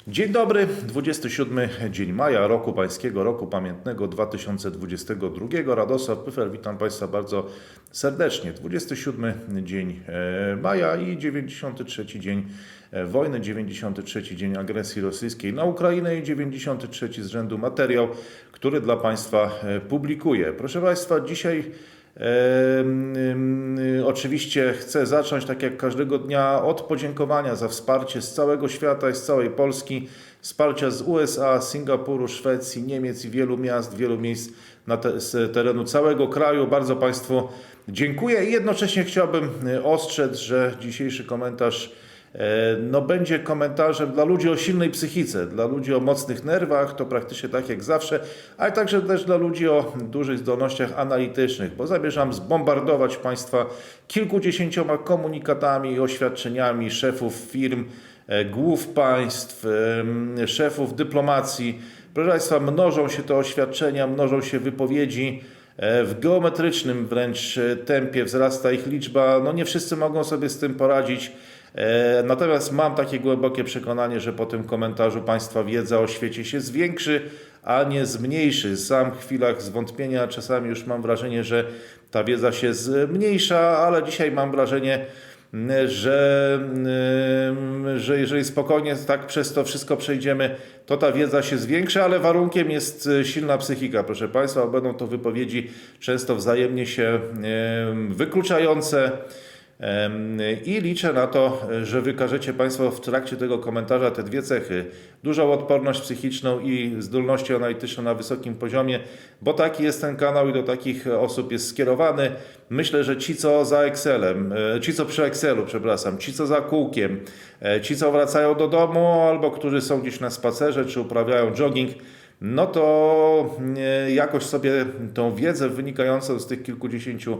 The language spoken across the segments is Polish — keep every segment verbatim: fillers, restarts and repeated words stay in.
Dzień dobry, dwudziesty siódmy dzień maja roku pańskiego, roku pamiętnego dwa tysiące dwudziestego drugiego. Radosław Pyfel, witam Państwa bardzo serdecznie. dwudziesty siódmy dzień maja i dziewięćdziesiąty trzeci dzień wojny, dziewięćdziesiąty trzeci dzień agresji rosyjskiej na Ukrainę i dziewięćdziesiąty trzeci z rzędu materiał, który dla Państwa publikuję. Proszę Państwa, dzisiaj Yy, oczywiście chcę zacząć, tak jak każdego dnia, od podziękowania za wsparcie z całego świata i z całej Polski, wsparcia z U S A, Singapuru, Szwecji, Niemiec i wielu miast, wielu miejsc na te, z terenu całego kraju. Bardzo Państwu dziękuję i jednocześnie chciałbym ostrzec, że dzisiejszy komentarz no, będzie komentarzem dla ludzi o silnej psychice, dla ludzi o mocnych nerwach, to praktycznie tak jak zawsze, ale także też dla ludzi o dużych zdolnościach analitycznych, bo zamierzam zbombardować Państwa kilkudziesięcioma komunikatami i oświadczeniami szefów firm, głów państw, szefów dyplomacji. Proszę Państwa, mnożą się te oświadczenia, mnożą się wypowiedzi. W geometrycznym wręcz tempie wzrasta ich liczba. No nie wszyscy mogą sobie z tym poradzić. Natomiast mam takie głębokie przekonanie, że po tym komentarzu Państwa wiedza o świecie się zwiększy, a nie zmniejszy. Sam w chwilach zwątpienia czasami już mam wrażenie, że ta wiedza się zmniejsza, ale dzisiaj mam wrażenie, że, że jeżeli spokojnie tak przez to wszystko przejdziemy, to ta wiedza się zwiększy, ale warunkiem jest silna psychika, proszę Państwa, bo będą to wypowiedzi często wzajemnie się wykluczające. I liczę na to, że wykażecie Państwo w trakcie tego komentarza te dwie cechy. Dużą odporność psychiczną i zdolności analityczne na wysokim poziomie, bo taki jest ten kanał i do takich osób jest skierowany. Myślę, że ci co za Excelem, ci co przy Excelu, przepraszam, ci co za kółkiem, ci co wracają do domu albo którzy są gdzieś na spacerze czy uprawiają jogging, no to jakoś sobie tą wiedzę wynikającą z tych kilkudziesięciu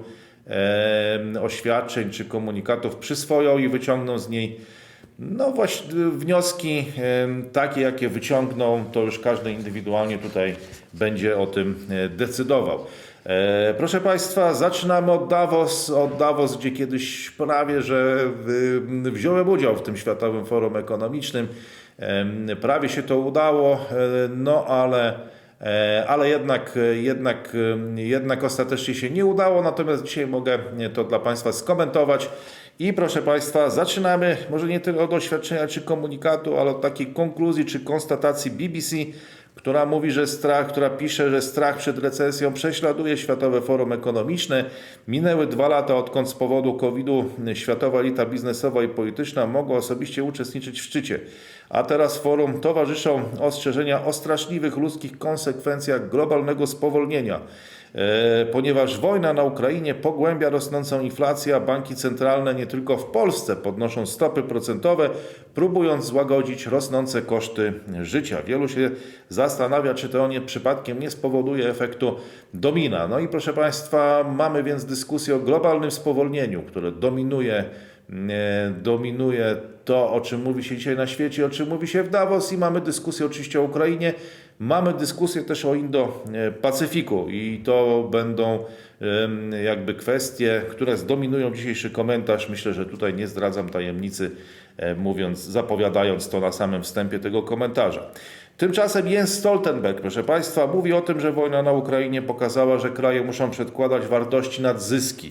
oświadczeń czy komunikatów przyswoją i wyciągną z niej no właśnie wnioski takie, jakie wyciągną, to już każdy indywidualnie tutaj będzie o tym decydował. Proszę Państwa, zaczynamy od Davos, od Davos, gdzie kiedyś prawie, że wziąłem udział w tym Światowym Forum Ekonomicznym. Prawie się to udało, no ale ale jednak, jednak, jednak ostatecznie się nie udało, natomiast dzisiaj mogę to dla Państwa skomentować. I proszę Państwa, zaczynamy może nie tyle od oświadczenia czy komunikatu, ale od takiej konkluzji czy konstatacji B B C, która mówi, że strach, która pisze, że strach przed recesją prześladuje Światowe Forum Ekonomiczne. Minęły dwa lata, odkąd z powodu kowida światowa elita biznesowa i polityczna mogła osobiście uczestniczyć w szczycie. A teraz forum towarzyszą ostrzeżenia o straszliwych ludzkich konsekwencjach globalnego spowolnienia. E, ponieważ wojna na Ukrainie pogłębia rosnącą inflację, a banki centralne nie tylko w Polsce podnoszą stopy procentowe, próbując złagodzić rosnące koszty życia. Wielu się zastanawia, czy to nie przypadkiem nie spowoduje efektu domina. No i proszę Państwa, mamy więc dyskusję o globalnym spowolnieniu, które dominuje dominuje to, o czym mówi się dzisiaj na świecie, o czym mówi się w Davos, i mamy dyskusję oczywiście o Ukrainie, mamy dyskusję też o Indo-Pacyfiku i to będą jakby kwestie, które zdominują dzisiejszy komentarz. Myślę, że tutaj nie zdradzam tajemnicy, mówiąc, zapowiadając to na samym wstępie tego komentarza. Tymczasem Jens Stoltenberg, proszę Państwa, mówi o tym, że wojna na Ukrainie pokazała, że kraje muszą przedkładać wartości nad zyski.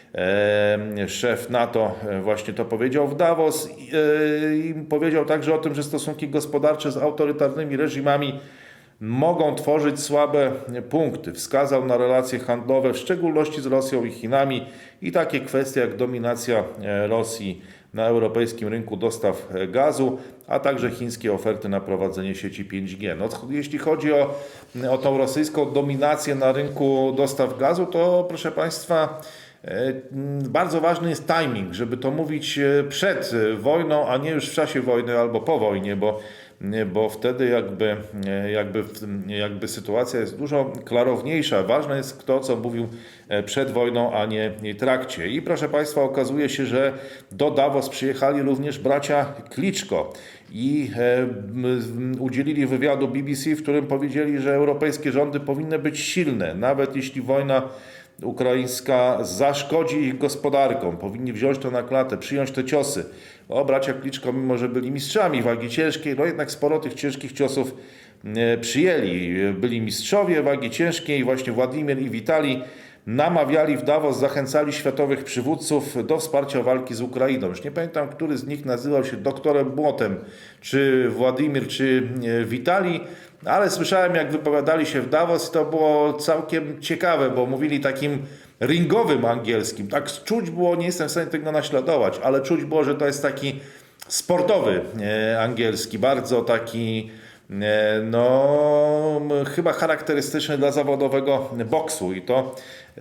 Szef NATO właśnie to powiedział w Davos i powiedział także o tym, że stosunki gospodarcze z autorytarnymi reżimami mogą tworzyć słabe punkty. Wskazał na relacje handlowe, w szczególności z Rosją i Chinami, i takie kwestie jak dominacja Rosji na europejskim rynku dostaw gazu, a także chińskie oferty na prowadzenie sieci pięć G. No, jeśli chodzi o, o tą rosyjską dominację na rynku dostaw gazu, to proszę Państwa, bardzo ważny jest timing, żeby to mówić przed wojną, a nie już w czasie wojny albo po wojnie, bo, bo wtedy jakby, jakby, jakby sytuacja jest dużo klarowniejsza. Ważne jest kto, co mówił przed wojną, a nie w jej trakcie. I proszę Państwa, okazuje się, że do Davos przyjechali również bracia Kliczko i udzielili wywiadu B B C, w którym powiedzieli, że europejskie rządy powinny być silne, nawet jeśli wojna ukraińska zaszkodzi ich gospodarkom. Powinni wziąć to na klatę, przyjąć te ciosy. O, bracia Kliczko, mimo że byli mistrzami wagi ciężkiej, no jednak sporo tych ciężkich ciosów przyjęli. Byli mistrzowie wagi ciężkiej, właśnie Władimir i Witalij namawiali w Davos, zachęcali światowych przywódców do wsparcia walki z Ukrainą. Już nie pamiętam, który z nich nazywał się doktorem Młotem, czy Władimir, czy Witalij, ale słyszałem, jak wypowiadali się w Davos i to było całkiem ciekawe, bo mówili takim ringowym angielskim. Tak czuć było, nie jestem w stanie tego naśladować, ale czuć było, że to jest taki sportowy angielski, bardzo taki no chyba charakterystyczny dla zawodowego boksu i to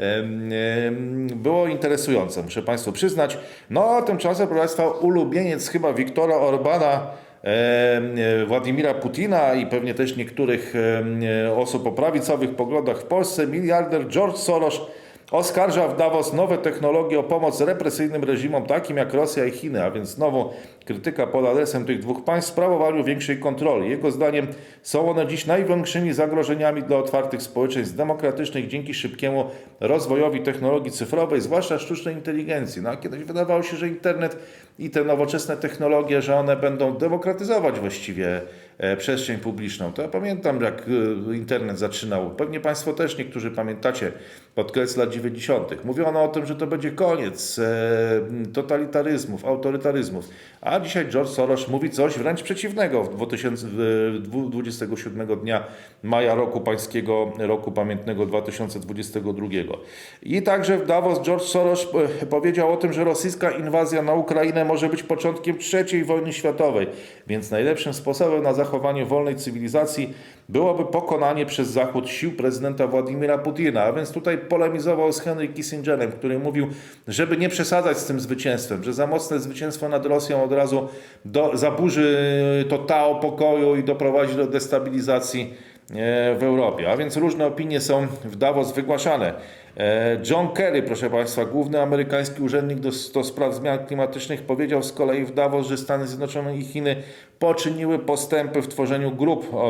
było interesujące, muszę Państwu przyznać. No tymczasem, proszę Państwa, ulubieniec chyba Wiktora Orbana, Władimira Putina i pewnie też niektórych osób o prawicowych poglądach w Polsce, miliarder George Soros oskarża w Davos nowe technologie o pomoc represyjnym reżimom takim jak Rosja i Chiny, a więc znowu krytyka pod adresem tych dwóch państw w sprawowaniu większej kontroli. Jego zdaniem są one dziś największymi zagrożeniami dla otwartych społeczeństw demokratycznych dzięki szybkiemu rozwojowi technologii cyfrowej, zwłaszcza sztucznej inteligencji. No a kiedyś wydawało się, że internet i te nowoczesne technologie, że one będą demokratyzować właściwie przestrzeń publiczną. To ja pamiętam, jak internet zaczynał. Pewnie Państwo też niektórzy pamiętacie pod koniec lat dziewięćdziesiątych. Mówiono o tym, że to będzie koniec totalitaryzmów, autorytaryzmów. A dzisiaj George Soros mówi coś wręcz przeciwnego w dwa tysiące dwudziestego siódmego dnia maja roku pańskiego, roku pamiętnego dwa tysiące dwudziestego drugiego. I także w Davos George Soros powiedział o tym, że rosyjska inwazja na Ukrainę może być początkiem trzeciej wojny światowej, więc najlepszym sposobem na zachowanie wolnej cywilizacji byłoby pokonanie przez Zachód sił prezydenta Władimira Putina. A więc tutaj polemizował z Henry Kissingerem, który mówił, żeby nie przesadzać z tym zwycięstwem, że za mocne zwycięstwo nad Rosją od razu do, zaburzy to tao pokoju i doprowadzi do destabilizacji w Europie. A więc różne opinie są w Davos wygłaszane. John Kerry, proszę Państwa, główny amerykański urzędnik do, do spraw zmian klimatycznych, powiedział z kolei w Davos, że Stany Zjednoczone i Chiny poczyniły postępy w tworzeniu grup o, e,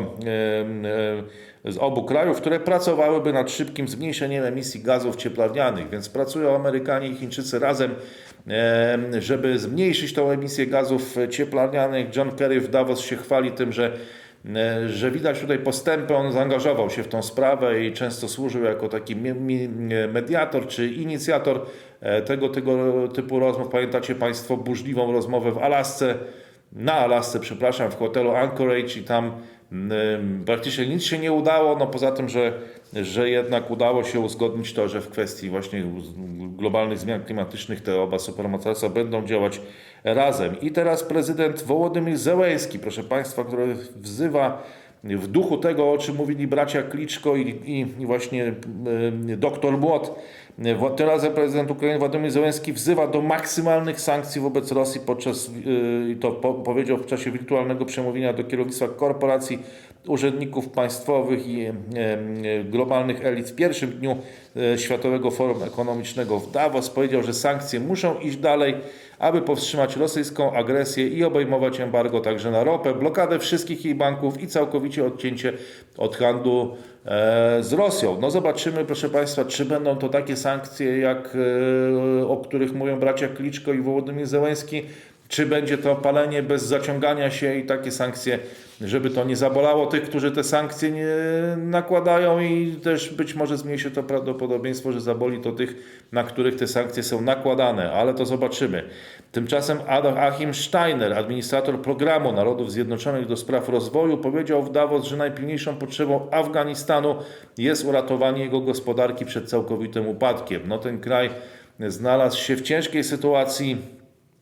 e, z obu krajów, które pracowałyby nad szybkim zmniejszeniem emisji gazów cieplarnianych. Więc pracują Amerykanie i Chińczycy razem, e, żeby zmniejszyć tą emisję gazów cieplarnianych. John Kerry w Davos się chwali tym, że że widać tutaj postępy, on zaangażował się w tą sprawę i często służył jako taki mediator czy inicjator tego, tego typu rozmów. Pamiętacie Państwo burzliwą rozmowę w Alasce, na Alasce, przepraszam, w hotelu Anchorage i tam praktycznie nic się nie udało, no poza tym, że, że jednak udało się uzgodnić to, że w kwestii właśnie globalnych zmian klimatycznych te oba supermocarstwa będą działać razem. I teraz prezydent Wołodymyr Zełenski, proszę Państwa, który wzywa w duchu tego, o czym mówili bracia Kliczko i, i, i właśnie y, doktor Młot. Tym razem prezydent Ukrainy Władimir Zełenski wzywa do maksymalnych sankcji wobec Rosji podczas, y, to po, powiedział w czasie wirtualnego przemówienia do kierownictwa korporacji, urzędników państwowych i y, y, globalnych elit w pierwszym dniu y, Światowego Forum Ekonomicznego w Davos. Powiedział, że sankcje muszą iść dalej, aby powstrzymać rosyjską agresję i obejmować embargo także na ropę, blokadę wszystkich jej banków i całkowicie odcięcie od handlu e, z Rosją. No zobaczymy, proszę Państwa, czy będą to takie sankcje, jak, e, o których mówią bracia Kliczko i Wołodymyr Zełenski, czy będzie to palenie bez zaciągania się i takie sankcje, żeby to nie zabolało tych, którzy te sankcje nie nakładają i też być może zmniejszy to prawdopodobieństwo, że zaboli to tych, na których te sankcje są nakładane, ale to zobaczymy. Tymczasem Achim Steiner, administrator programu Narodów Zjednoczonych do spraw rozwoju, powiedział w Davos, że najpilniejszą potrzebą Afganistanu jest uratowanie jego gospodarki przed całkowitym upadkiem. No ten kraj znalazł się w ciężkiej sytuacji.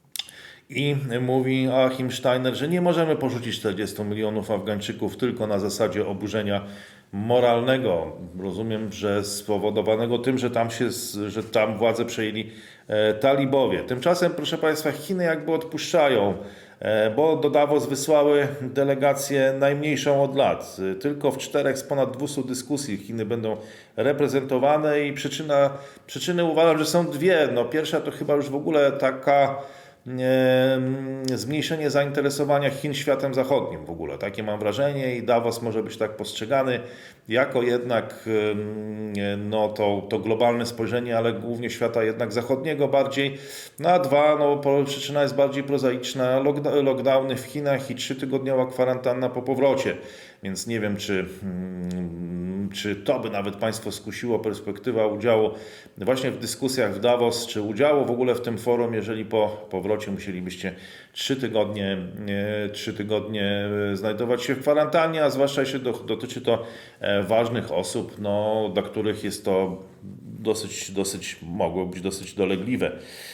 I mówi Achim Steiner, że nie możemy porzucić czterdziestu milionów Afgańczyków tylko na zasadzie oburzenia moralnego. Rozumiem, że spowodowanego tym, że tam, się, że tam władzę przejęli e, talibowie. Tymczasem, proszę Państwa, Chiny jakby odpuszczają, e, bo do Davos wysłały delegację najmniejszą od lat. Tylko w czterech z ponad dwustu dyskusji Chiny będą reprezentowane i przyczyna, przyczyny uważam, że są dwie. No, pierwsza to chyba już w ogóle taka zmniejszenie zainteresowania Chin światem zachodnim w ogóle. Takie mam wrażenie i Davos może być tak postrzegany jako jednak no, to, to globalne spojrzenie, ale głównie świata jednak zachodniego bardziej. No a dwa, no, przyczyna jest bardziej prozaiczna, lockdowny w Chinach i trzytygodniowa kwarantanna po powrocie. Więc nie wiem, czy, czy to by nawet Państwo skusiło, perspektywa udziału właśnie w dyskusjach w Davos, czy udziału w ogóle w tym forum, jeżeli po powrocie musielibyście trzy tygodnie, trzy tygodnie znajdować się w kwarantannie, a zwłaszcza jeśli do, dotyczy to ważnych osób, no, dla których jest to dosyć, dosyć, mogło być dosyć dolegliwe.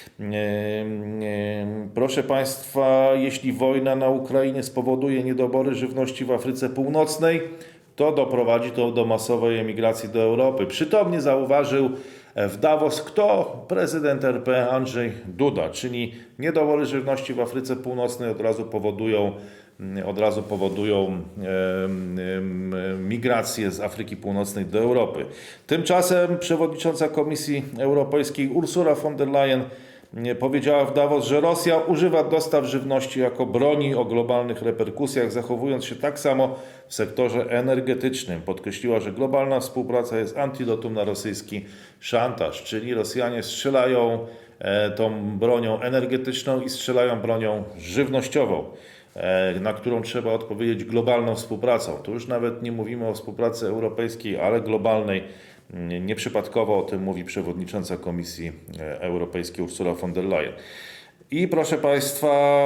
Proszę Państwa, jeśli wojna na Ukrainie spowoduje niedobory żywności w Afryce Północnej, to doprowadzi to do masowej emigracji do Europy. Przytomnie zauważył w Davos kto? Prezydent R P Andrzej Duda, czyli niedobory żywności w Afryce Północnej od razu powodują od razu powodują migrację z Afryki Północnej do Europy. Tymczasem przewodnicząca Komisji Europejskiej Ursula von der Leyen powiedziała w Davos, że Rosja używa dostaw żywności jako broni o globalnych reperkusjach, zachowując się tak samo w sektorze energetycznym. Podkreśliła, że globalna współpraca jest antidotum na rosyjski szantaż, czyli Rosjanie strzelają tą bronią energetyczną i strzelają bronią żywnościową, na którą trzeba odpowiedzieć globalną współpracą. Tu już nawet nie mówimy o współpracy europejskiej, ale globalnej. Nieprzypadkowo o tym mówi przewodnicząca Komisji Europejskiej Ursula von der Leyen. I proszę Państwa,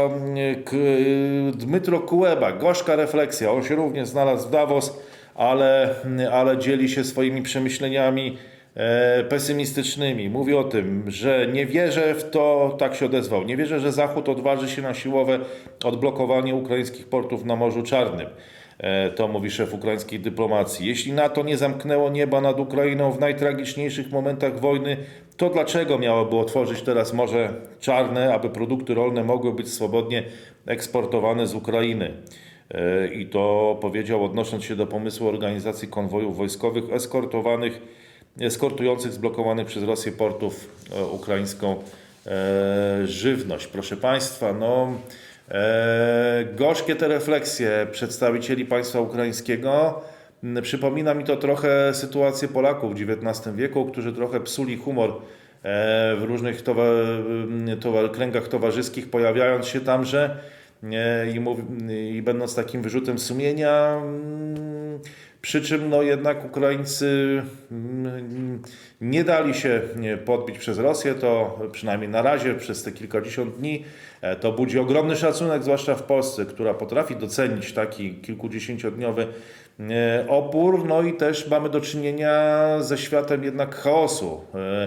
Dmytro Kuleba, gorzka refleksja. On się również znalazł w Davos, ale, ale dzieli się swoimi przemyśleniami pesymistycznymi. Mówi o tym, że nie wierzę w to, tak się odezwał, nie wierzę, że Zachód odważy się na siłowe odblokowanie ukraińskich portów na Morzu Czarnym. To mówi szef ukraińskiej dyplomacji. Jeśli NATO nie zamknęło nieba nad Ukrainą w najtragiczniejszych momentach wojny, to dlaczego miałoby otworzyć teraz Morze Czarne, aby produkty rolne mogły być swobodnie eksportowane z Ukrainy? I to powiedział, odnosząc się do pomysłu organizacji konwojów wojskowych eskortowanych, eskortujących zblokowanych przez Rosję portów ukraińską żywność. Proszę Państwa, no... Eee, gorzkie te refleksje przedstawicieli państwa ukraińskiego. Przypomina mi to trochę sytuację Polaków w dziewiętnastym wieku, którzy trochę psuli humor e, w różnych towar, towar, kręgach towarzyskich, pojawiając się tamże e, i, mów, i będąc takim wyrzutem sumienia. Przy czym no jednak Ukraińcy nie dali się podbić przez Rosję, to przynajmniej na razie przez te kilkadziesiąt dni. To budzi ogromny szacunek, zwłaszcza w Polsce, która potrafi docenić taki kilkudziesięciodniowy opór. No i też mamy do czynienia ze światem jednak chaosu.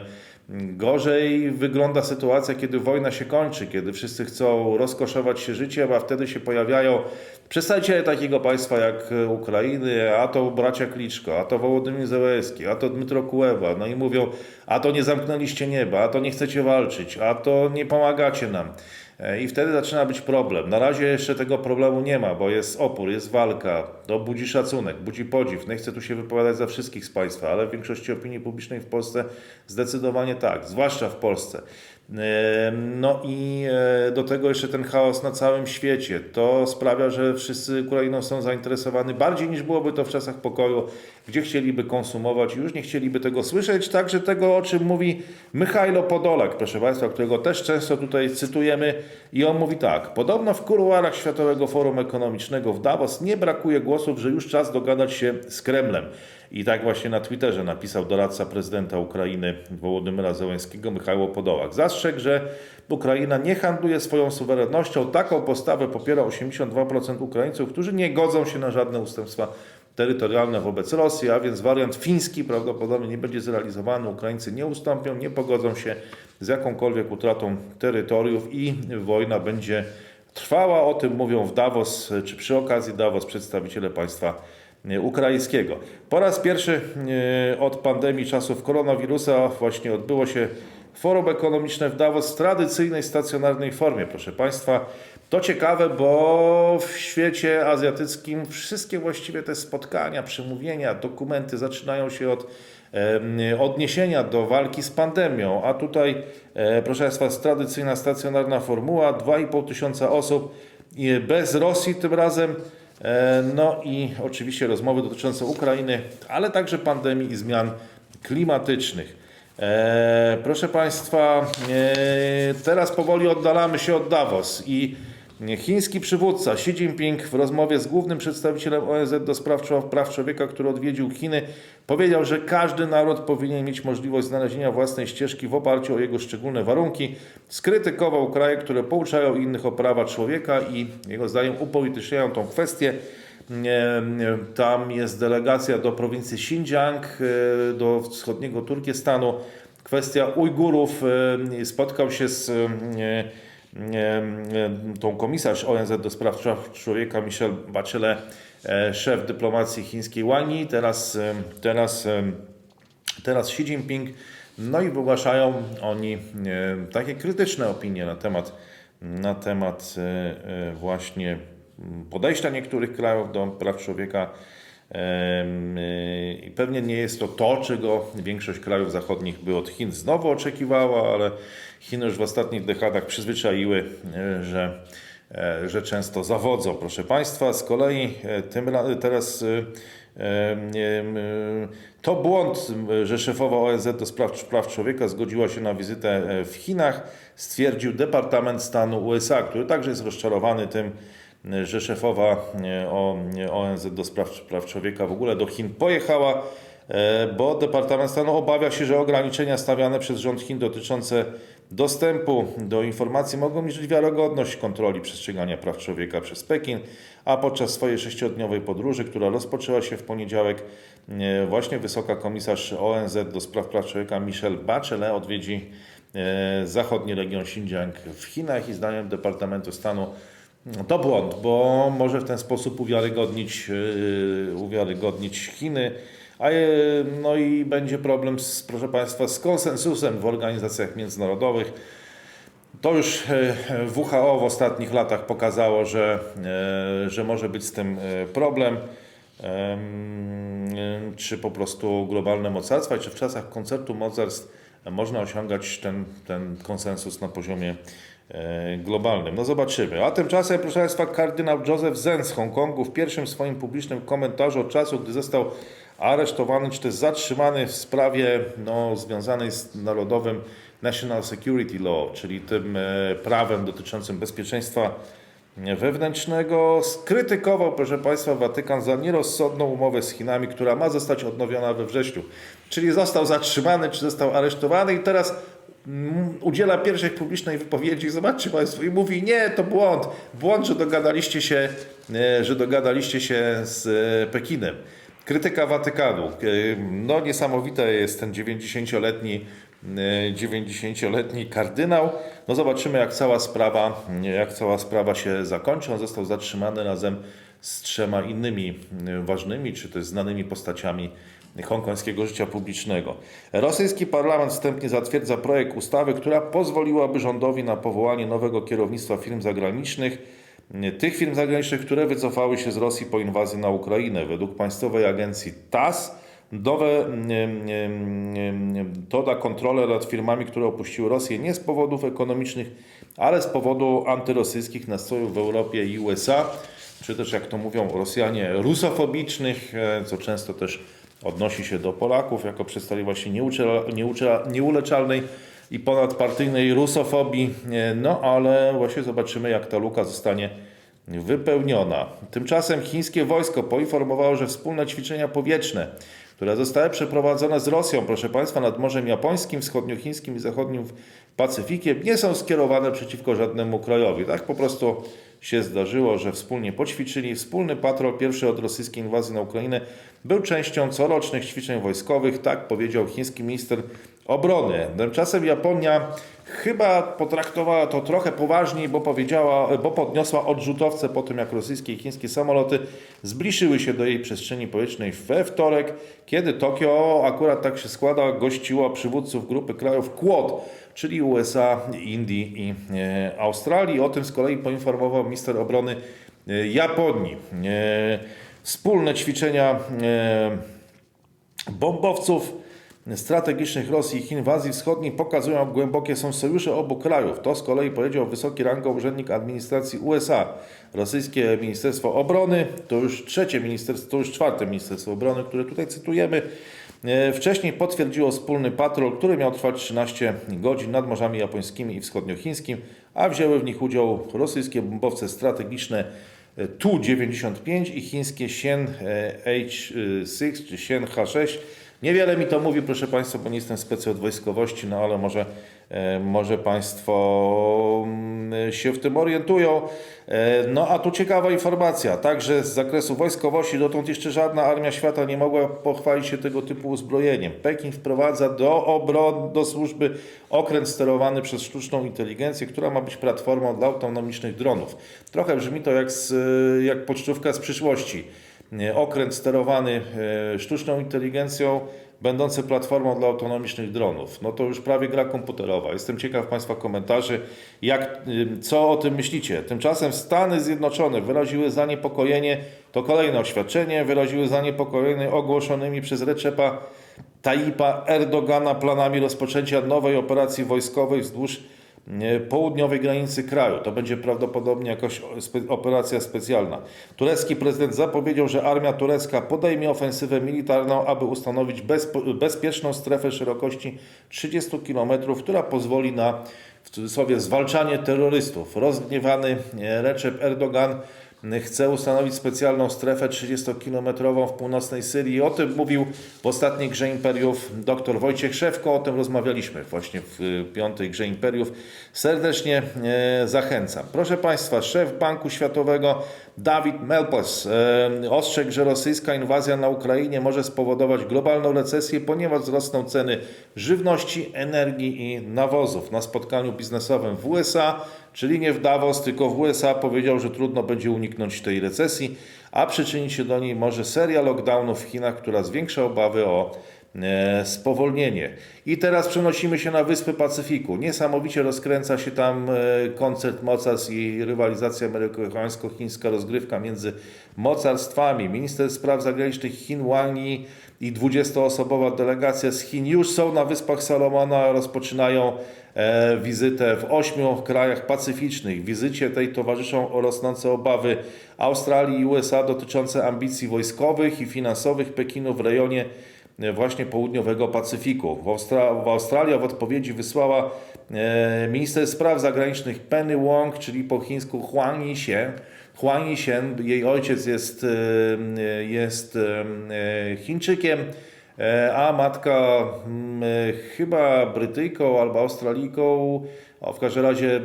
Gorzej wygląda sytuacja, kiedy wojna się kończy, kiedy wszyscy chcą rozkoszować się życiem, a wtedy się pojawiają przedstawiciele takiego państwa jak Ukrainy, a to bracia Kliczko, a to Wołodymyr Zełenski, a to Dmytro Kuleba. No i mówią, a to nie zamknęliście nieba, a to nie chcecie walczyć, a to nie pomagacie nam. I wtedy zaczyna być problem. Na razie jeszcze tego problemu nie ma, bo jest opór, jest walka, to budzi szacunek, budzi podziw. Nie chcę tu się wypowiadać za wszystkich z Państwa, ale w większości opinii publicznej w Polsce zdecydowanie tak, zwłaszcza w Polsce. No i do tego jeszcze ten chaos na całym świecie. To sprawia, że wszyscy Ukrainą są zainteresowani bardziej niż byłoby to w czasach pokoju, gdzie chcieliby konsumować i już nie chcieliby tego słyszeć. Także tego, o czym mówi Michajlo Podolak, proszę Państwa, którego też często tutaj cytujemy. I on mówi tak. Podobno w kuluarach Światowego Forum Ekonomicznego w Davos nie brakuje głosów, że już czas dogadać się z Kremlem. I tak właśnie na Twitterze napisał doradca prezydenta Ukrainy Wołodymyra Zełenskiego Michajło Podolak. Zastrzegł, że Ukraina nie handluje swoją suwerennością. Taką postawę popiera osiemdziesiąt dwa procent Ukraińców, którzy nie godzą się na żadne ustępstwa terytorialne wobec Rosji, a więc wariant fiński prawdopodobnie nie będzie zrealizowany. Ukraińcy nie ustąpią, nie pogodzą się z jakąkolwiek utratą terytoriów i wojna będzie trwała. O tym mówią w Davos, czy przy okazji Davos przedstawiciele państwa ukraińskiego. Po raz pierwszy od pandemii czasów koronawirusa właśnie odbyło się Forum Ekonomiczne w Davos w tradycyjnej, stacjonarnej formie, proszę Państwa. To ciekawe, bo w świecie azjatyckim wszystkie właściwie te spotkania, przemówienia, dokumenty zaczynają się od e, odniesienia do walki z pandemią, a tutaj, e, proszę Państwa, tradycyjna stacjonarna formuła, dwa i pół tysiąca osób i bez Rosji tym razem, e, no i oczywiście rozmowy dotyczące Ukrainy, ale także pandemii i zmian klimatycznych. E, proszę Państwa, e, teraz powoli oddalamy się od Davos i chiński przywódca Xi Jinping w rozmowie z głównym przedstawicielem O N Z do spraw praw człowieka, który odwiedził Chiny, powiedział, że każdy naród powinien mieć możliwość znalezienia własnej ścieżki w oparciu o jego szczególne warunki. Skrytykował kraje, które pouczają innych o prawa człowieka i jego zdaniem upolityczniają tą kwestię. Tam jest delegacja do prowincji Xinjiang, do wschodniego Turkestanu. Kwestia Ujgurów. Spotkał się z tą komisarz O N Z do spraw człowieka Michelle Bachelet, szef dyplomacji chińskiej Wang Yi, teraz, teraz, teraz Xi Jinping. No i wygłaszają oni takie krytyczne opinie na temat, na temat właśnie podejścia niektórych krajów do praw człowieka. I pewnie nie jest to to, czego większość krajów zachodnich by od Chin znowu oczekiwała, ale Chiny już w ostatnich dekadach przyzwyczaiły, że, że często zawodzą. Proszę Państwa, z kolei tym, teraz to błąd, że szefowa O N Z do spraw praw człowieka zgodziła się na wizytę w Chinach, stwierdził Departament Stanu U S A, który także jest rozczarowany tym, że szefowa O N Z do spraw praw człowieka w ogóle do Chin pojechała, bo Departament Stanu obawia się, że ograniczenia stawiane przez rząd Chin dotyczące dostępu do informacji mogą niszczyć wiarygodność kontroli przestrzegania praw człowieka przez Pekin, a podczas swojej sześciodniowej podróży, która rozpoczęła się w poniedziałek, właśnie wysoka komisarz O N Z do spraw praw człowieka Michelle Bachelet odwiedzi zachodni region Xinjiang w Chinach i zdaniem Departamentu Stanu to błąd, bo może w ten sposób uwiarygodnić, uwiarygodnić Chiny, a no i będzie problem, z, proszę Państwa, z konsensusem w organizacjach międzynarodowych. To już W H O w ostatnich latach pokazało, że, że może być z tym problem, czy po prostu globalne mocarstwa, czy w czasach koncertu mocarstw można osiągać ten, ten konsensus na poziomie globalnym. No zobaczymy. A tymczasem, proszę Państwa, kardynał Joseph Zen z Hongkongu w pierwszym swoim publicznym komentarzu od czasu, gdy został aresztowany, czy też zatrzymany w sprawie no, związanej z narodowym National Security Law, czyli tym e, prawem dotyczącym bezpieczeństwa wewnętrznego, skrytykował, proszę Państwa, Watykan za nierozsądną umowę z Chinami, która ma zostać odnowiona we wrześniu. Czyli został zatrzymany, czy został aresztowany i teraz udziela pierwszej publicznej wypowiedzi, zobaczcie Państwo, i mówi, nie, to błąd, błąd, że dogadaliście się, że dogadaliście się z Pekinem. Krytyka Watykanu. No niesamowite jest ten dziewięćdziesięcioletni, dziewięćdziesięcioletni kardynał. No zobaczymy, jak cała sprawa, jak cała sprawa się zakończy. On został zatrzymany razem z trzema innymi ważnymi, czy też znanymi postaciami hongkońskiego życia publicznego. Rosyjski parlament wstępnie zatwierdza projekt ustawy, która pozwoliłaby rządowi na powołanie nowego kierownictwa firm zagranicznych, tych firm zagranicznych, które wycofały się z Rosji po inwazji na Ukrainę. Według państwowej agencji T A S nowe to da kontrolę nad firmami, które opuściły Rosję nie z powodów ekonomicznych, ale z powodu antyrosyjskich nastrojów w Europie i U S A, czy też, jak to mówią Rosjanie, rusofobicznych, co często też odnosi się do Polaków jako przedstawicieli właśnie nieuleczalnej i ponadpartyjnej rusofobii. No ale właśnie zobaczymy, jak ta luka zostanie wypełniona. Tymczasem chińskie wojsko poinformowało, że wspólne ćwiczenia powietrzne, które zostały przeprowadzone z Rosją, proszę Państwa, nad Morzem Japońskim, wschodniochińskim i zachodnim Pacyfikiem, nie są skierowane przeciwko żadnemu krajowi. Tak po prostu się zdarzyło, że wspólnie poćwiczyli. Wspólny patrol, pierwszy od rosyjskiej inwazji na Ukrainę, był częścią corocznych ćwiczeń wojskowych, tak powiedział chiński minister obrony. Tymczasem Japonia chyba potraktowała to trochę poważniej, bo powiedziała, bo podniosła odrzutowce po tym, jak rosyjskie i chińskie samoloty zbliżyły się do jej przestrzeni powietrznej we wtorek, kiedy Tokio, akurat tak się składa, gościło przywódców grupy krajów Quad, czyli U S A, Indii i e, Australii. O tym z kolei poinformował minister obrony e, Japonii. E, wspólne ćwiczenia e, bombowców strategicznych Rosji i Chin w Azji Wschodniej pokazują, jak głębokie są sojusze obu krajów. To z kolei powiedział wysoki rangą urzędnik administracji U S A. Rosyjskie Ministerstwo Obrony, to już trzecie ministerstwo, to już czwarte Ministerstwo Obrony, które tutaj cytujemy, wcześniej potwierdziło wspólny patrol, który miał trwać trzynaście godzin nad morzami japońskimi i wschodniochińskim, a wzięły w nich udział rosyjskie bombowce strategiczne Tu dziewięćdziesiąt pięć i chińskie Xian H sześć czy Xian H sześć. Niewiele mi to mówi, proszę Państwa, bo nie jestem specjalistą od wojskowości, no ale może, e, może Państwo e, się w tym orientują. E, no a tu ciekawa informacja, także z zakresu wojskowości dotąd jeszcze żadna armia świata nie mogła pochwalić się tego typu uzbrojeniem. Pekin wprowadza do obron, do służby okręt sterowany przez sztuczną inteligencję, która ma być platformą dla autonomicznych dronów. Trochę brzmi to jak, z, jak pocztówka z przyszłości. Okręt sterowany sztuczną inteligencją, będący platformą dla autonomicznych dronów. No to już prawie gra komputerowa. Jestem ciekaw Państwa komentarzy, jak, co o tym myślicie. Tymczasem Stany Zjednoczone wyraziły zaniepokojenie, to kolejne oświadczenie, wyraziły zaniepokojenie ogłoszonymi przez Recepa Tayyipa Erdogana planami rozpoczęcia nowej operacji wojskowej wzdłuż południowej granicy kraju. To będzie prawdopodobnie jakaś operacja specjalna. Turecki prezydent zapowiedział, że armia turecka podejmie ofensywę militarną, aby ustanowić bezpo, bezpieczną strefę szerokości trzydziestu kilometrów, która pozwoli na, w cudzysłowie, zwalczanie terrorystów. Rozgniewany Recep Erdogan chce ustanowić specjalną strefę trzydziestokilometrową w północnej Syrii. O tym mówił w ostatniej Grze Imperiów dr Wojciech Szewko. O tym rozmawialiśmy właśnie w piątej Grze Imperiów. Serdecznie e, zachęcam. Proszę Państwa, szef Banku Światowego David Malpass e, ostrzegł, że rosyjska inwazja na Ukrainie może spowodować globalną recesję, ponieważ wzrosną ceny żywności, energii i nawozów. Na spotkaniu biznesowym w U S A, czyli nie w Davos, tylko w U S A, powiedział, że trudno będzie uniknąć tej recesji, a przyczynić się do niej może seria lockdownów w Chinach, która zwiększa obawy o e, spowolnienie. I teraz przenosimy się na Wyspy Pacyfiku. Niesamowicie rozkręca się tam e, koncert mocarstw i rywalizacja amerykańsko-chińska, rozgrywka między mocarstwami. Minister spraw zagranicznych Chin Wang Yi i dwudziestoosobowa delegacja z Chin już są na Wyspach Salomona, rozpoczynają e, wizytę w ośmiu krajach pacyficznych. Wizycie tej towarzyszą rosnące obawy Australii i U S A dotyczące ambicji wojskowych i finansowych Pekinu w rejonie właśnie południowego Pacyfiku. W, Austra- w Australia w odpowiedzi wysłała e, minister spraw zagranicznych Penny Wong, czyli po chińsku Huang Yi-hsien. Huang Yi-hsien, jej ojciec jest, e, jest e, Chińczykiem, e, a matka e, chyba Brytyjką albo Australijką, a w każdym razie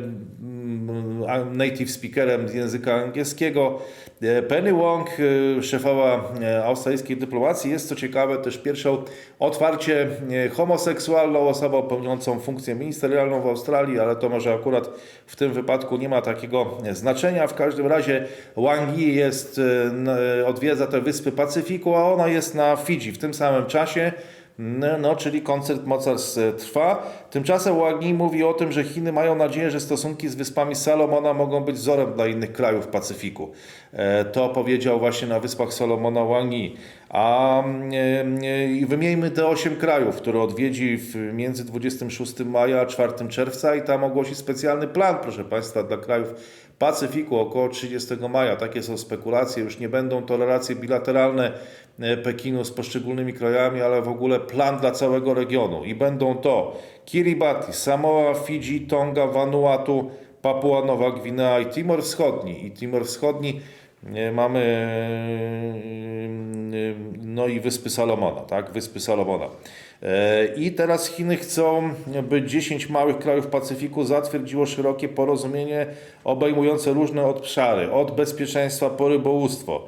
native speakerem z języka angielskiego. Penny Wong, szefowa australijskiej dyplomacji, jest co ciekawe też pierwszą otwarcie homoseksualną osobą pełniącą funkcję ministerialną w Australii, ale to może akurat w tym wypadku nie ma takiego znaczenia. W każdym razie Wang Yi jest, odwiedza te Wyspy Pacyfiku, a ona jest na Fidżi w tym samym czasie. No, no, czyli koncert mocarstw trwa. Tymczasem Wang Yi mówi o tym, że Chiny mają nadzieję, że stosunki z Wyspami Salomona mogą być wzorem dla innych krajów Pacyfiku. E, to powiedział właśnie na Wyspach Salomona Wang Yi. A e, wymieńmy te osiem krajów, które odwiedzi w, między dwudziestego szóstego maja a czwartego czerwca i tam ogłosi specjalny plan, proszę Państwa, dla krajów Pacyfiku około trzydziestego maja. Takie są spekulacje. Już nie będą to relacje bilateralne Pekinu z poszczególnymi krajami, ale w ogóle plan dla całego regionu. I będą to Kiribati, Samoa, Fidżi, Tonga, Vanuatu, Papua Nowa Gwinea i Timor Wschodni. I Timor Wschodni mamy, no i Wyspy Salomona, tak? Wyspy Salomona. I teraz Chiny chcą, by dziesięć małych krajów Pacyfiku zatwierdziło szerokie porozumienie obejmujące różne obszary, od bezpieczeństwa po rybołówstwo,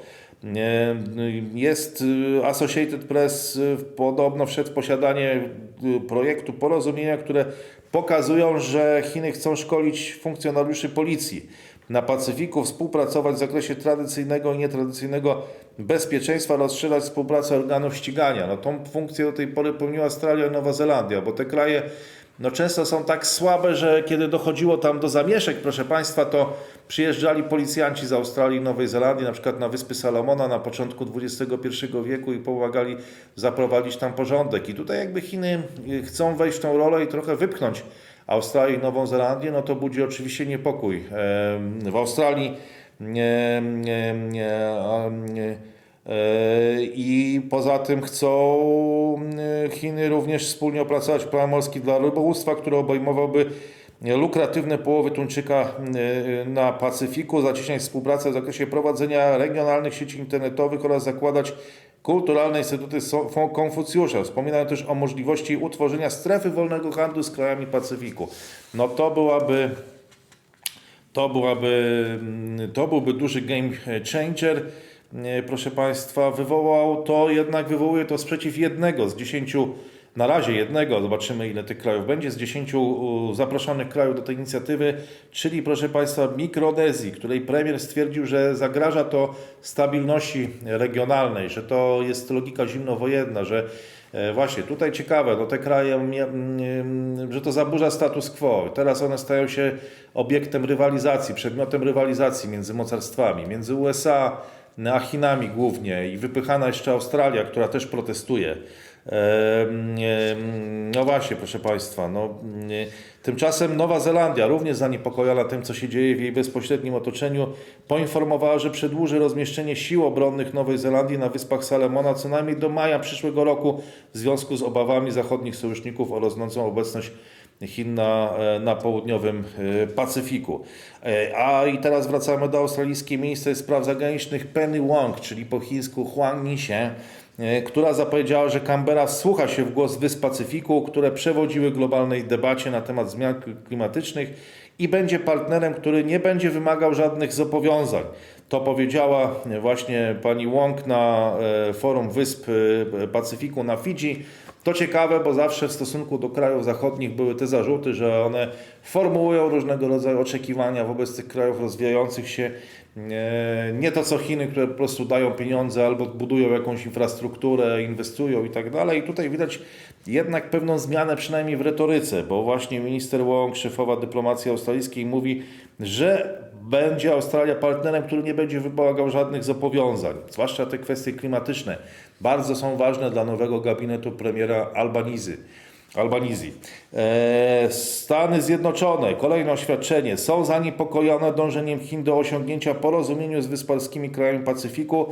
Jest Associated Press podobno wszedł w posiadanie projektu porozumienia, które pokazują, że Chiny chcą szkolić funkcjonariuszy policji na Pacyfiku, współpracować w zakresie tradycyjnego i nietradycyjnego bezpieczeństwa, rozszerzać współpracę organów ścigania. No, tą funkcję do tej pory pełniła Australia i Nowa Zelandia, bo te kraje no, często są tak słabe, że kiedy dochodziło tam do zamieszek, proszę Państwa, to przyjeżdżali policjanci z Australii i Nowej Zelandii, na przykład na Wyspy Salomona na początku dwudziestego pierwszego wieku i pomagali zaprowadzić tam porządek. I tutaj jakby Chiny chcą wejść w tą rolę i trochę wypchnąć Australię i Nową Zelandię, no to budzi oczywiście niepokój. W Australii nie, nie, nie, nie, i poza tym chcą Chiny również wspólnie opracować plan morski dla rybołówstwa, który obejmowałby lukratywne połowy tuńczyka na Pacyfiku, zacieśniać współpracę w zakresie prowadzenia regionalnych sieci internetowych oraz zakładać kulturalne instytuty Konfucjusza. Wspominają też o możliwości utworzenia strefy wolnego handlu z krajami Pacyfiku. No to byłaby, to byłaby, to byłby duży game changer. Proszę Państwa, wywołał to, jednak wywołuje to sprzeciw jednego z dziesięciu, na razie jednego, zobaczymy ile tych krajów będzie, z dziesięciu zaproszonych krajów do tej inicjatywy, czyli proszę Państwa Mikronezji, której premier stwierdził, że zagraża to stabilności regionalnej, że to jest logika zimnowojenna, że właśnie tutaj ciekawe, no te kraje, że to zaburza status quo. Teraz one stają się obiektem rywalizacji, przedmiotem rywalizacji między mocarstwami, między U S A a Chinami głównie i wypychana jeszcze Australia, która też protestuje. No właśnie, proszę Państwa, no, tymczasem Nowa Zelandia, również zaniepokojona tym, co się dzieje w jej bezpośrednim otoczeniu, poinformowała, że przedłuży rozmieszczenie sił obronnych Nowej Zelandii na Wyspach Salomona co najmniej do maja przyszłego roku w związku z obawami zachodnich sojuszników o rosnącą obecność Chin na, na południowym Pacyfiku. A i teraz wracamy do australijskiej minister spraw zagranicznych Penny Wong, czyli po chińsku Huang Nisie, która zapowiedziała, że Canberra wsłucha się w głos wysp Pacyfiku, które przewodziły globalnej debacie na temat zmian klimatycznych i będzie partnerem, który nie będzie wymagał żadnych zobowiązań. To powiedziała właśnie pani Wong na forum wysp Pacyfiku na Fidżi. To ciekawe, bo zawsze w stosunku do krajów zachodnich były te zarzuty, że one formułują różnego rodzaju oczekiwania wobec tych krajów rozwijających się. Nie to co Chiny, które po prostu dają pieniądze albo budują jakąś infrastrukturę, inwestują i tak dalej. I tutaj widać jednak pewną zmianę przynajmniej w retoryce, bo właśnie minister Wong, szefowa dyplomacji australijskiej, mówi, że będzie Australia partnerem, który nie będzie wymagał żadnych zobowiązań, zwłaszcza te kwestie klimatyczne. Bardzo są ważne dla nowego gabinetu premiera Albanizy. Albanizi. Eee, Stany Zjednoczone, kolejne oświadczenie, są zaniepokojone dążeniem Chin do osiągnięcia porozumienia z wysparskimi krajami Pacyfiku,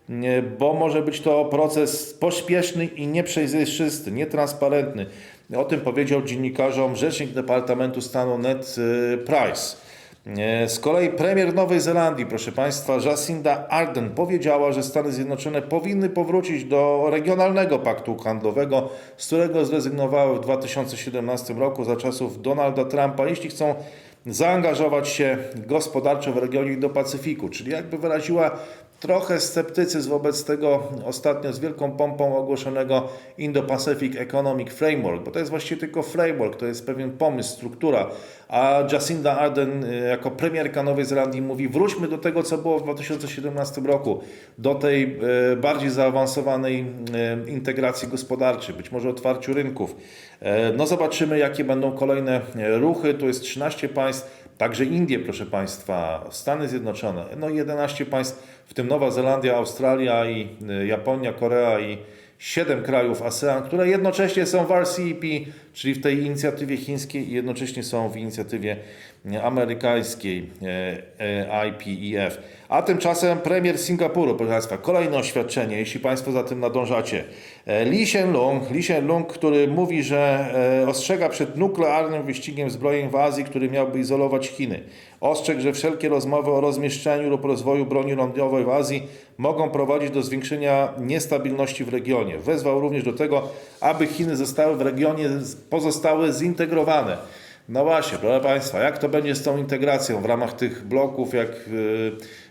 bo może być to proces pośpieszny i nieprzejrzysty, nietransparentny. O tym powiedział dziennikarzom rzecznik Departamentu Stanu Ned Price. Z kolei premier Nowej Zelandii, proszę Państwa, Jacinda Ardern powiedziała, że Stany Zjednoczone powinny powrócić do regionalnego paktu handlowego, z którego zrezygnowały w dwa tysiące siedemnastym roku za czasów Donalda Trumpa, jeśli chcą zaangażować się gospodarczo w regionie i do Pacyfiku, czyli jakby wyraziła trochę sceptycyzm wobec tego ostatnio z wielką pompą ogłoszonego Indo-Pacific Economic Framework, bo to jest właściwie tylko framework, to jest pewien pomysł, struktura, a Jacinda Ardern jako premierka Nowej Zelandii mówi, wróćmy do tego, co było w dwa tysiące siedemnastym roku, do tej bardziej zaawansowanej integracji gospodarczej, być może otwarciu rynków. No zobaczymy, jakie będą kolejne ruchy, to jest trzynaście państw, także Indie, proszę Państwa, Stany Zjednoczone, no jedenaście państw, w tym Nowa Zelandia, Australia i Japonia, Korea i siedem krajów ASEAN, które jednocześnie są w R C E P, czyli w tej inicjatywie chińskiej i jednocześnie są w inicjatywie amerykańskiej I P E F. A tymczasem premier Singapuru, proszę Państwa, kolejne oświadczenie, jeśli Państwo za tym nadążacie. Lee Hsien-loong, Lee Hsien-loong, który mówi, że ostrzega przed nuklearnym wyścigiem zbrojeń w Azji, który miałby izolować Chiny. Ostrzegł, że wszelkie rozmowy o rozmieszczeniu lub rozwoju broni jądrowej w Azji mogą prowadzić do zwiększenia niestabilności w regionie. Wezwał również do tego, aby Chiny zostały w regionie pozostały zintegrowane. No właśnie, proszę Państwa, jak to będzie z tą integracją w ramach tych bloków, jak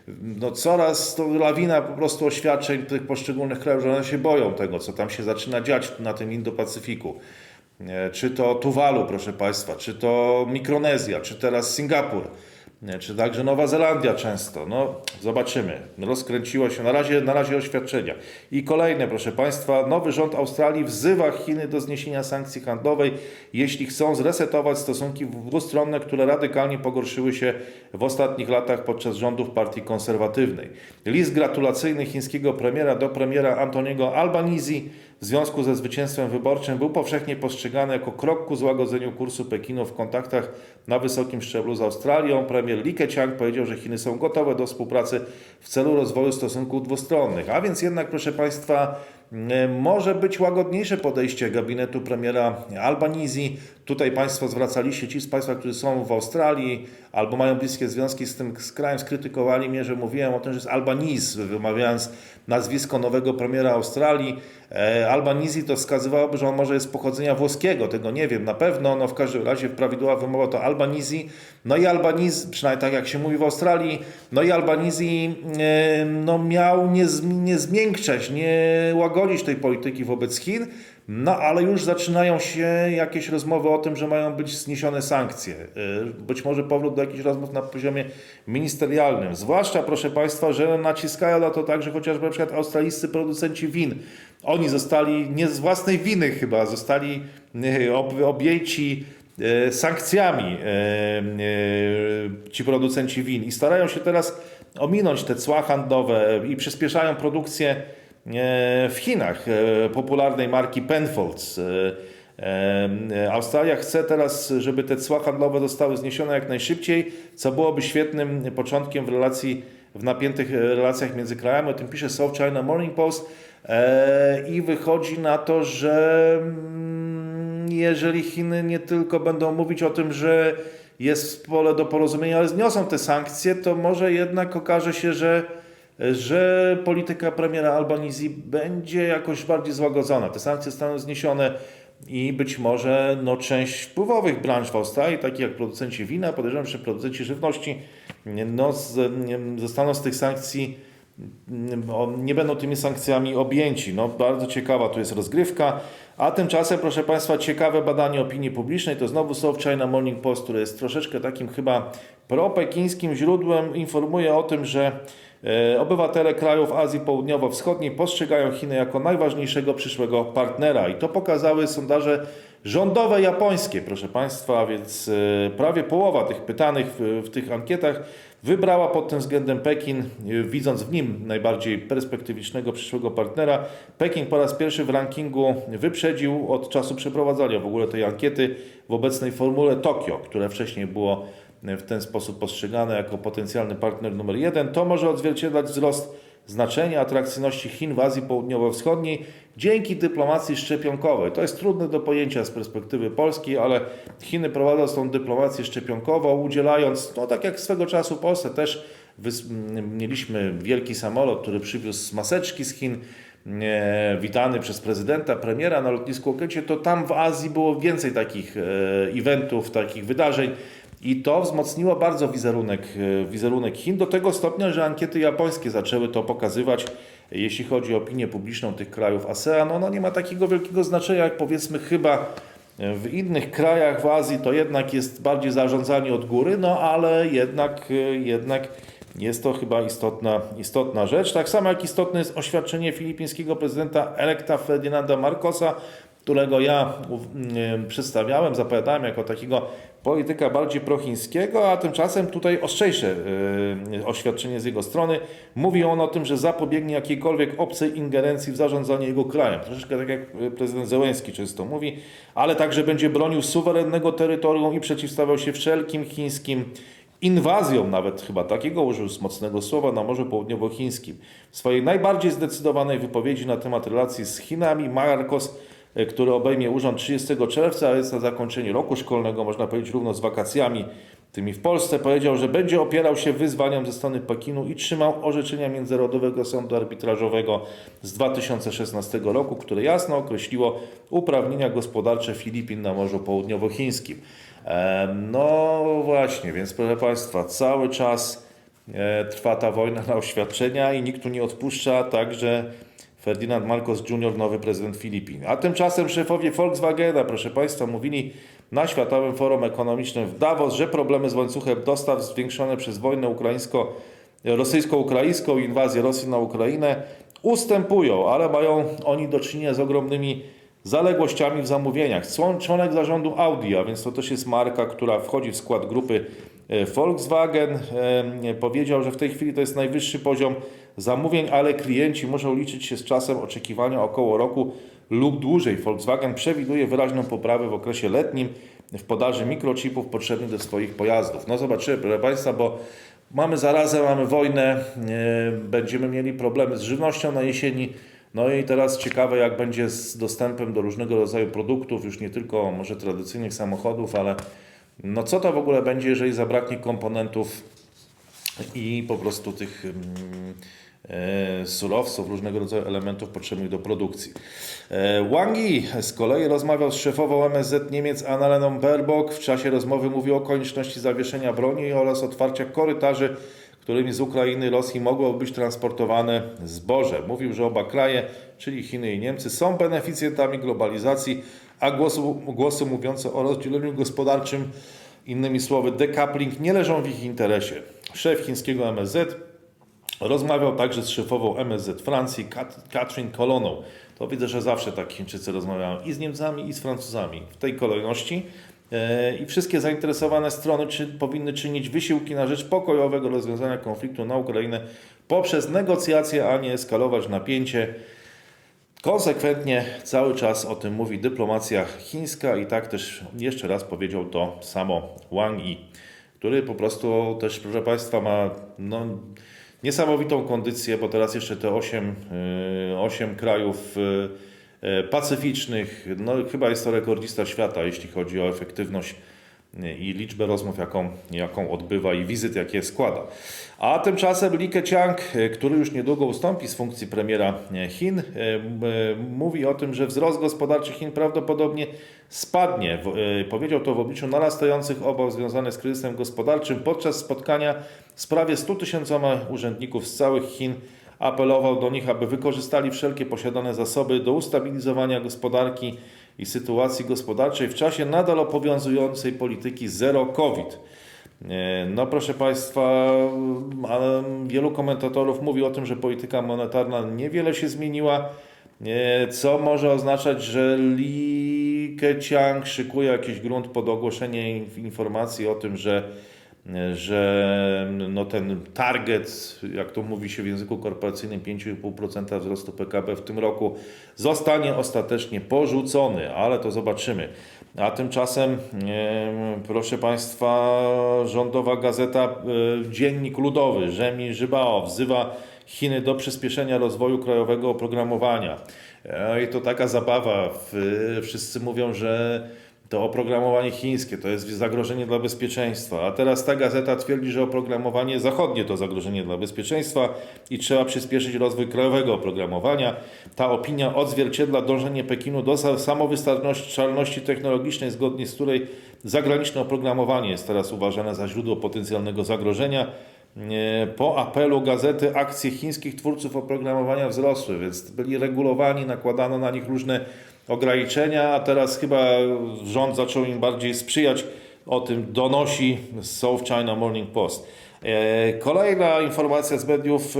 no coraz to lawina po prostu oświadczeń tych poszczególnych krajów, że one się boją tego, co tam się zaczyna dziać na tym Indo-Pacyfiku. Czy to Tuwalu, proszę Państwa, czy to Mikronezja, czy teraz Singapur, czy także Nowa Zelandia często. No zobaczymy. Rozkręciło się na razie, na razie oświadczenia. I kolejne, proszę Państwa, nowy rząd Australii wzywa Chiny do zniesienia sankcji handlowej, jeśli chcą zresetować stosunki dwustronne, które radykalnie pogorszyły się w ostatnich latach podczas rządów partii konserwatywnej. List gratulacyjny chińskiego premiera do premiera Antoniego Albanese w związku ze zwycięstwem wyborczym był powszechnie postrzegany jako krok ku złagodzeniu kursu Pekinu w kontaktach na wysokim szczeblu z Australią. Premier Li Keqiang powiedział, że Chiny są gotowe do współpracy w celu rozwoju stosunków dwustronnych. A więc jednak, proszę Państwa, może być łagodniejsze podejście gabinetu premiera Albanese. Tutaj Państwo zwracali się, ci z Państwa, którzy są w Australii albo mają bliskie związki z tym z krajem, skrytykowali mnie, że mówiłem o tym, że jest Albanese, wymawiając nazwisko nowego premiera Australii. Albanese to wskazywałoby, że on może jest pochodzenia włoskiego, tego nie wiem na pewno, no w każdym razie prawidłowa wymowa to Albanese. No i Albanese, przynajmniej tak jak się mówi w Australii, no i Albanese no miał nie, nie zmiękczać, nie łagodzić tej polityki wobec Chin, no ale już zaczynają się jakieś rozmowy o tym, że mają być zniesione sankcje. Być może powrót do jakichś rozmów na poziomie ministerialnym. Zwłaszcza, proszę Państwa, że naciskają na to także chociażby na przykład australijscy producenci win. Oni zostali, nie z własnej winy chyba, zostali objęci sankcjami ci producenci win i starają się teraz ominąć te cła handlowe i przyspieszają produkcję w Chinach popularnej marki Penfolds. Australia chce teraz, żeby te cła handlowe zostały zniesione jak najszybciej, co byłoby świetnym początkiem w relacji, w napiętych relacjach między krajami. O tym pisze South China Morning Post i wychodzi na to, że jeżeli Chiny nie tylko będą mówić o tym, że jest pole do porozumienia, ale zniosą te sankcje, to może jednak okaże się, że że polityka premiera Albanese będzie jakoś bardziej złagodzona. Te sankcje zostaną zniesione i być może no, część wpływowych branż w Australii, takich jak producenci wina, podejrzewam, że producenci żywności, no, z, zostaną z tych sankcji, nie będą tymi sankcjami objęci. No, bardzo ciekawa tu jest rozgrywka. A tymczasem, proszę Państwa, ciekawe badanie opinii publicznej, to znowu South China Morning Post, które jest troszeczkę takim chyba propekińskim źródłem, informuje o tym, że obywatele krajów Azji Południowo-Wschodniej postrzegają Chiny jako najważniejszego przyszłego partnera i to pokazały sondaże rządowe japońskie, proszę Państwa, więc prawie połowa tych pytanych w, w tych ankietach wybrała pod tym względem Pekin, widząc w nim najbardziej perspektywicznego przyszłego partnera. Pekin po raz pierwszy w rankingu wyprzedził od czasu przeprowadzania w ogóle tej ankiety w obecnej formule Tokio, które wcześniej było w ten sposób postrzegane jako potencjalny partner numer jeden. To może odzwierciedlać wzrost znaczenia atrakcyjności Chin w Azji Południowo-Wschodniej dzięki dyplomacji szczepionkowej. To jest trudne do pojęcia z perspektywy polskiej, ale Chiny prowadzą tą dyplomację szczepionkową, udzielając, no tak jak swego czasu Polsce też mieliśmy wielki samolot, który przywiózł maseczki z Chin, e, witany przez prezydenta, premiera na lotnisku Okęcie, to tam w Azji było więcej takich e, eventów, takich wydarzeń. I to wzmocniło bardzo wizerunek, wizerunek Chin do tego stopnia, że ankiety japońskie zaczęły to pokazywać, jeśli chodzi o opinię publiczną tych krajów ASEAN. Ono nie ma takiego wielkiego znaczenia, jak powiedzmy chyba w innych krajach w Azji, to jednak jest bardziej zarządzanie od góry, no ale jednak, jednak jest to chyba istotna, istotna rzecz. Tak samo jak istotne jest oświadczenie filipińskiego prezydenta elekta Ferdynanda Marcosa, którego ja przedstawiałem, zapowiadałem jako takiego polityka bardziej prochińskiego, a tymczasem tutaj ostrzejsze yy, oświadczenie z jego strony. Mówi on o tym, że zapobiegnie jakiejkolwiek obcej ingerencji w zarządzanie jego krajem. Troszeczkę tak jak prezydent Zełenski często mówi, ale także będzie bronił suwerennego terytorium i przeciwstawiał się wszelkim chińskim inwazjom, nawet chyba takiego użył mocnego słowa, na Morzu Południowochińskim. W swojej najbardziej zdecydowanej wypowiedzi na temat relacji z Chinami Marcos, który obejmie urząd trzydziestego czerwca, a jest na zakończenie roku szkolnego, można powiedzieć równo z wakacjami tymi w Polsce, powiedział, że będzie opierał się wyzwaniom ze strony Pekinu i trzymał orzeczenia Międzynarodowego Sądu Arbitrażowego z dwa tysiące szesnastego roku, które jasno określiło uprawnienia gospodarcze Filipin na Morzu Południowochińskim. No właśnie, więc proszę Państwa, cały czas trwa ta wojna na oświadczenia i nikt tu nie odpuszcza, także Ferdynand Marcos junior, nowy prezydent Filipin. A tymczasem szefowie Volkswagena, proszę Państwa, mówili na Światowym Forum Ekonomicznym w Davos, że problemy z łańcuchem dostaw zwiększone przez wojnę ukraińsko, rosyjsko-ukraińską, inwazję Rosji na Ukrainę ustępują, ale mają oni do czynienia z ogromnymi zaległościami w zamówieniach. Członek zarządu Audi, a więc to też jest marka, która wchodzi w skład grupy Volkswagen, powiedział, że w tej chwili to jest najwyższy poziom zamówień, ale klienci muszą liczyć się z czasem oczekiwania około roku lub dłużej. Volkswagen przewiduje wyraźną poprawę w okresie letnim w podaży mikrochipów potrzebnych do swoich pojazdów. No zobaczymy, proszę Państwa, bo mamy zarazę, mamy wojnę, będziemy mieli problemy z żywnością na jesieni. No i teraz ciekawe, jak będzie z dostępem do różnego rodzaju produktów, już nie tylko może tradycyjnych samochodów, ale no co to w ogóle będzie, jeżeli zabraknie komponentów i po prostu tych e, surowców, różnego rodzaju elementów potrzebnych do produkcji. E, Wang Yi z kolei rozmawiał z szefową M S Z Niemiec Annaleną Baerbock. W czasie rozmowy mówił o konieczności zawieszenia broni oraz otwarcia korytarzy, którymi z Ukrainy i Rosji mogło być transportowane zboże. Mówił, że oba kraje, czyli Chiny i Niemcy, są beneficjentami globalizacji, a głosy, głosy mówiące o rozdzieleniu gospodarczym, innymi słowy decoupling, nie leżą w ich interesie. Szef chińskiego M S Z rozmawiał także z szefową M S Z Francji, Kat Catherine Colonną. To widzę, że zawsze tak Chińczycy rozmawiają i z Niemcami, i z Francuzami w tej kolejności. I wszystkie zainteresowane strony czy, powinny czynić wysiłki na rzecz pokojowego rozwiązania konfliktu na Ukrainę poprzez negocjacje, a nie eskalować napięcie. Konsekwentnie cały czas o tym mówi dyplomacja chińska i tak też jeszcze raz powiedział to samo Wang Yi, który po prostu też, proszę Państwa, ma no, niesamowitą kondycję, bo teraz jeszcze te osiem, osiem krajów pacyficznych, no chyba jest to rekordzista świata, jeśli chodzi o efektywność i liczbę rozmów, jaką, jaką odbywa i wizyt, jakie składa. A tymczasem Li Keqiang, który już niedługo ustąpi z funkcji premiera Chin, mówi o tym, że wzrost gospodarczy Chin prawdopodobnie spadnie. Powiedział to w obliczu narastających obaw związanych z kryzysem gospodarczym podczas spotkania z prawie stu tysiącami urzędników z całych Chin. Apelował do nich, aby wykorzystali wszelkie posiadane zasoby do ustabilizowania gospodarki i sytuacji gospodarczej w czasie nadal obowiązującej polityki zero COVID. No proszę Państwa, wielu komentatorów mówi o tym, że polityka monetarna niewiele się zmieniła, co może oznaczać, że Li Keqiang szykuje jakiś grunt pod ogłoszenie informacji o tym, że że no ten target, jak to mówi się w języku korporacyjnym, pięć i pół procent wzrostu P K B w tym roku zostanie ostatecznie porzucony, ale to zobaczymy. A tymczasem, proszę Państwa, rządowa gazeta Dziennik Ludowy Rzemi Żybao wzywa Chiny do przyspieszenia rozwoju krajowego oprogramowania. I to taka zabawa. Wszyscy mówią, że to oprogramowanie chińskie to jest zagrożenie dla bezpieczeństwa, a teraz ta gazeta twierdzi, że oprogramowanie zachodnie to zagrożenie dla bezpieczeństwa i trzeba przyspieszyć rozwój krajowego oprogramowania. Ta opinia odzwierciedla dążenie Pekinu do samowystarczalności technologicznej, zgodnie z której zagraniczne oprogramowanie jest teraz uważane za źródło potencjalnego zagrożenia. Po apelu gazety akcje chińskich twórców oprogramowania wzrosły, więc byli regulowani, nakładano na nich różne ograniczenia, a teraz chyba rząd zaczął im bardziej sprzyjać. O tym donosi South China Morning Post. Kolejna informacja z mediów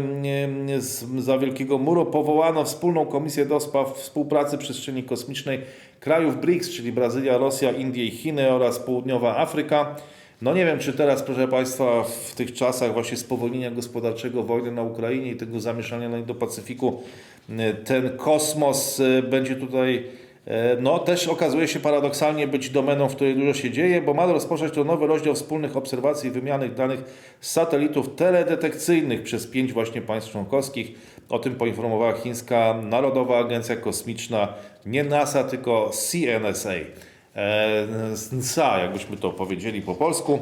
zza Wielkiego Muru. Powołano wspólną komisję do spraw współpracy przestrzeni kosmicznej krajów B R I C S, czyli Brazylia, Rosja, Indie i Chiny oraz Południowa Afryka. No nie wiem, czy teraz, proszę Państwa, w tych czasach właśnie spowolnienia gospodarczego, wojny na Ukrainie i tego zamieszania na Indo-Pacyfiku, ten kosmos będzie tutaj, no też okazuje się paradoksalnie być domeną, w której dużo się dzieje, bo ma rozpocząć to nowy rozdział wspólnych obserwacji i wymiany danych z satelitów teledetekcyjnych przez pięć właśnie państw członkowskich. O tym poinformowała chińska Narodowa Agencja Kosmiczna, nie NASA, tylko C N S A. S N S A, jakbyśmy to powiedzieli po polsku.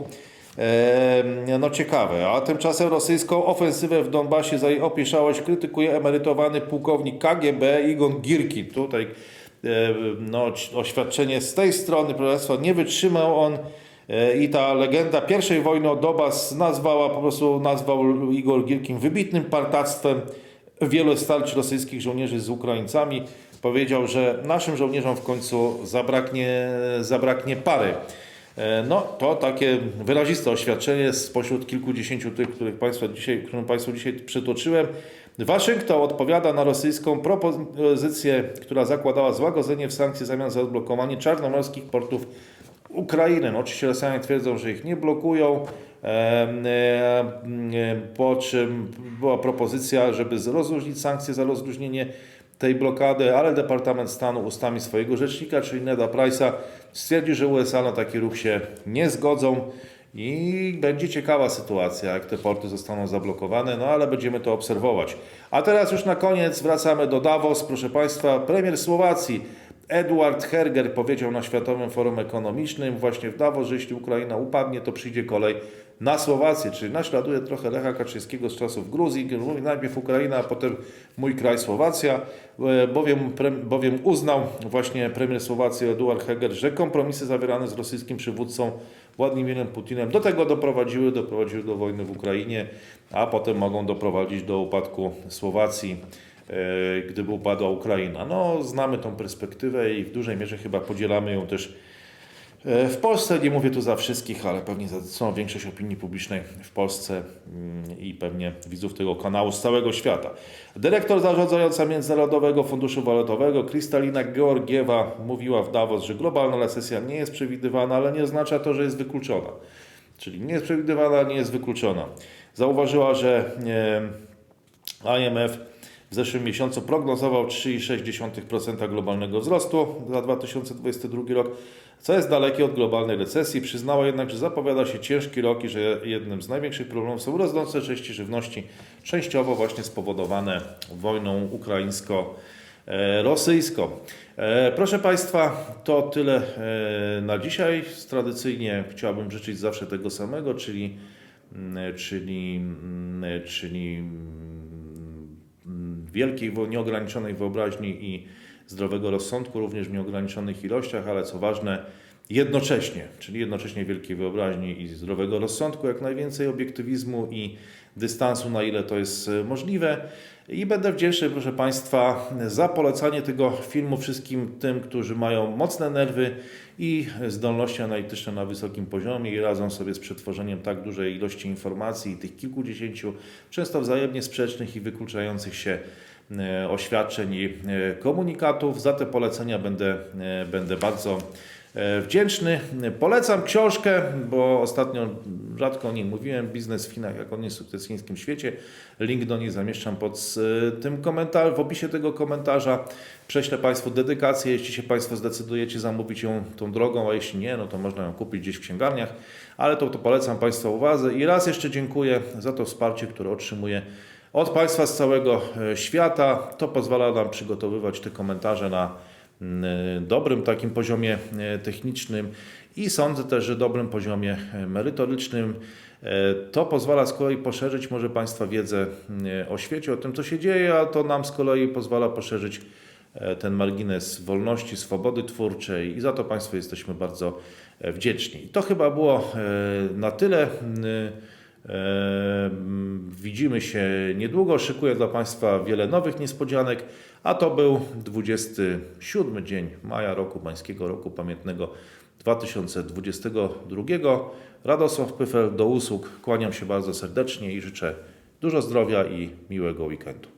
No ciekawe. A tymczasem rosyjską ofensywę w Donbasie za jej opieszałość krytykuje emerytowany pułkownik K G B Igon Girkin. Tutaj no, oświadczenie z tej strony, proszę Państwa, nie wytrzymał on I ta legenda pierwszej wojny o Donbas nazwała, po prostu nazwał Igor Girkin wybitnym partactwem wielu starć rosyjskich żołnierzy z Ukraińcami. Powiedział, że naszym żołnierzom w końcu zabraknie, zabraknie pary. No to takie wyraziste oświadczenie spośród kilkudziesięciu tych, których Państwa dzisiaj, którym Państwu dzisiaj przytoczyłem. Waszyngton odpowiada na rosyjską propozycję, która zakładała złagodzenie w sankcji w zamian za odblokowanie czarnomorskich portów Ukrainy. No, oczywiście Rosjanie twierdzą, że ich nie blokują, po czym była propozycja, żeby rozluźnić sankcje za rozluźnienie tej blokady, ale Departament Stanu ustami swojego rzecznika, czyli Neda Price'a, stwierdził, że U S A na taki ruch się nie zgodzą i będzie ciekawa sytuacja, jak te porty zostaną zablokowane, no ale będziemy to obserwować. A teraz już na koniec wracamy do Davos. Proszę Państwa, premier Słowacji Eduard Heger powiedział na Światowym Forum Ekonomicznym właśnie w Davos, że jeśli Ukraina upadnie, to przyjdzie kolej na Słowację, czyli naśladuje trochę Lecha Kaczyńskiego z czasów Gruzji, mówi najpierw Ukraina, a potem mój kraj Słowacja, bowiem, bowiem uznał właśnie premier Słowacji Eduard Heger, że kompromisy zawierane z rosyjskim przywódcą Władimirem Putinem do tego doprowadziły, doprowadziły do wojny w Ukrainie, a potem mogą doprowadzić do upadku Słowacji, gdyby upadła Ukraina. No, znamy tą perspektywę i w dużej mierze chyba podzielamy ją też w Polsce. Nie mówię tu za wszystkich, ale pewnie za całą większość opinii publicznej w Polsce i pewnie widzów tego kanału z całego świata. Dyrektor zarządzająca Międzynarodowego Funduszu Walutowego Kristalina Georgiewa mówiła w Davos, że globalna recesja nie jest przewidywana, ale nie oznacza to, że jest wykluczona. Czyli nie jest przewidywana, nie jest wykluczona. Zauważyła, że I M F w zeszłym miesiącu prognozował trzy i sześć dziesiątych procent globalnego wzrostu za dwa tysiące dwudziesty drugi rok, co jest dalekie od globalnej recesji. Przyznała jednak, że zapowiada się ciężki rok i że jednym z największych problemów są rosnące części żywności, częściowo właśnie spowodowane wojną ukraińsko-rosyjską. Proszę Państwa, to tyle na dzisiaj. Tradycyjnie chciałbym życzyć zawsze tego samego, czyli, czyli, czyli wielkiej, nieograniczonej wyobraźni i zdrowego rozsądku, również w nieograniczonych ilościach, ale co ważne, jednocześnie, czyli jednocześnie wielkiej wyobraźni i zdrowego rozsądku, jak najwięcej obiektywizmu i dystansu, na ile to jest możliwe. I będę wdzięczny, proszę Państwa, za polecanie tego filmu wszystkim tym, którzy mają mocne nerwy i zdolności analityczne na wysokim poziomie i radzą sobie z przetworzeniem tak dużej ilości informacji i tych kilkudziesięciu, często wzajemnie sprzecznych i wykluczających się oświadczeń i komunikatów. Za te polecenia będę, będę bardzo wdzięczny. Polecam książkę, bo ostatnio rzadko o niej mówiłem, Biznes w Chinach, jak on jest sukces w chińskim świecie. Link do niej zamieszczam pod tym komentarzem, w opisie tego komentarza. Prześlę Państwu dedykację, jeśli się Państwo zdecydujecie zamówić ją tą drogą, a jeśli nie, no to można ją kupić gdzieś w księgarniach, ale to, to polecam Państwa uwadze i raz jeszcze dziękuję za to wsparcie, które otrzymuję od Państwa z całego świata. To pozwala nam przygotowywać te komentarze na dobrym takim poziomie technicznym i sądzę też, że dobrym poziomie merytorycznym. To pozwala z kolei poszerzyć może Państwa wiedzę o świecie, o tym, co się dzieje, a to nam z kolei pozwala poszerzyć ten margines wolności, swobody twórczej i za to Państwu jesteśmy bardzo wdzięczni. I to chyba było na tyle. Widzimy się niedługo. Szykuję dla Państwa wiele nowych niespodzianek, a to był dwudziesty siódmy dzień maja roku pańskiego, roku pamiętnego dwa tysiące dwudziestego drugiego. Radosław Pyfel, do usług. Kłaniam się bardzo serdecznie i życzę dużo zdrowia i miłego weekendu.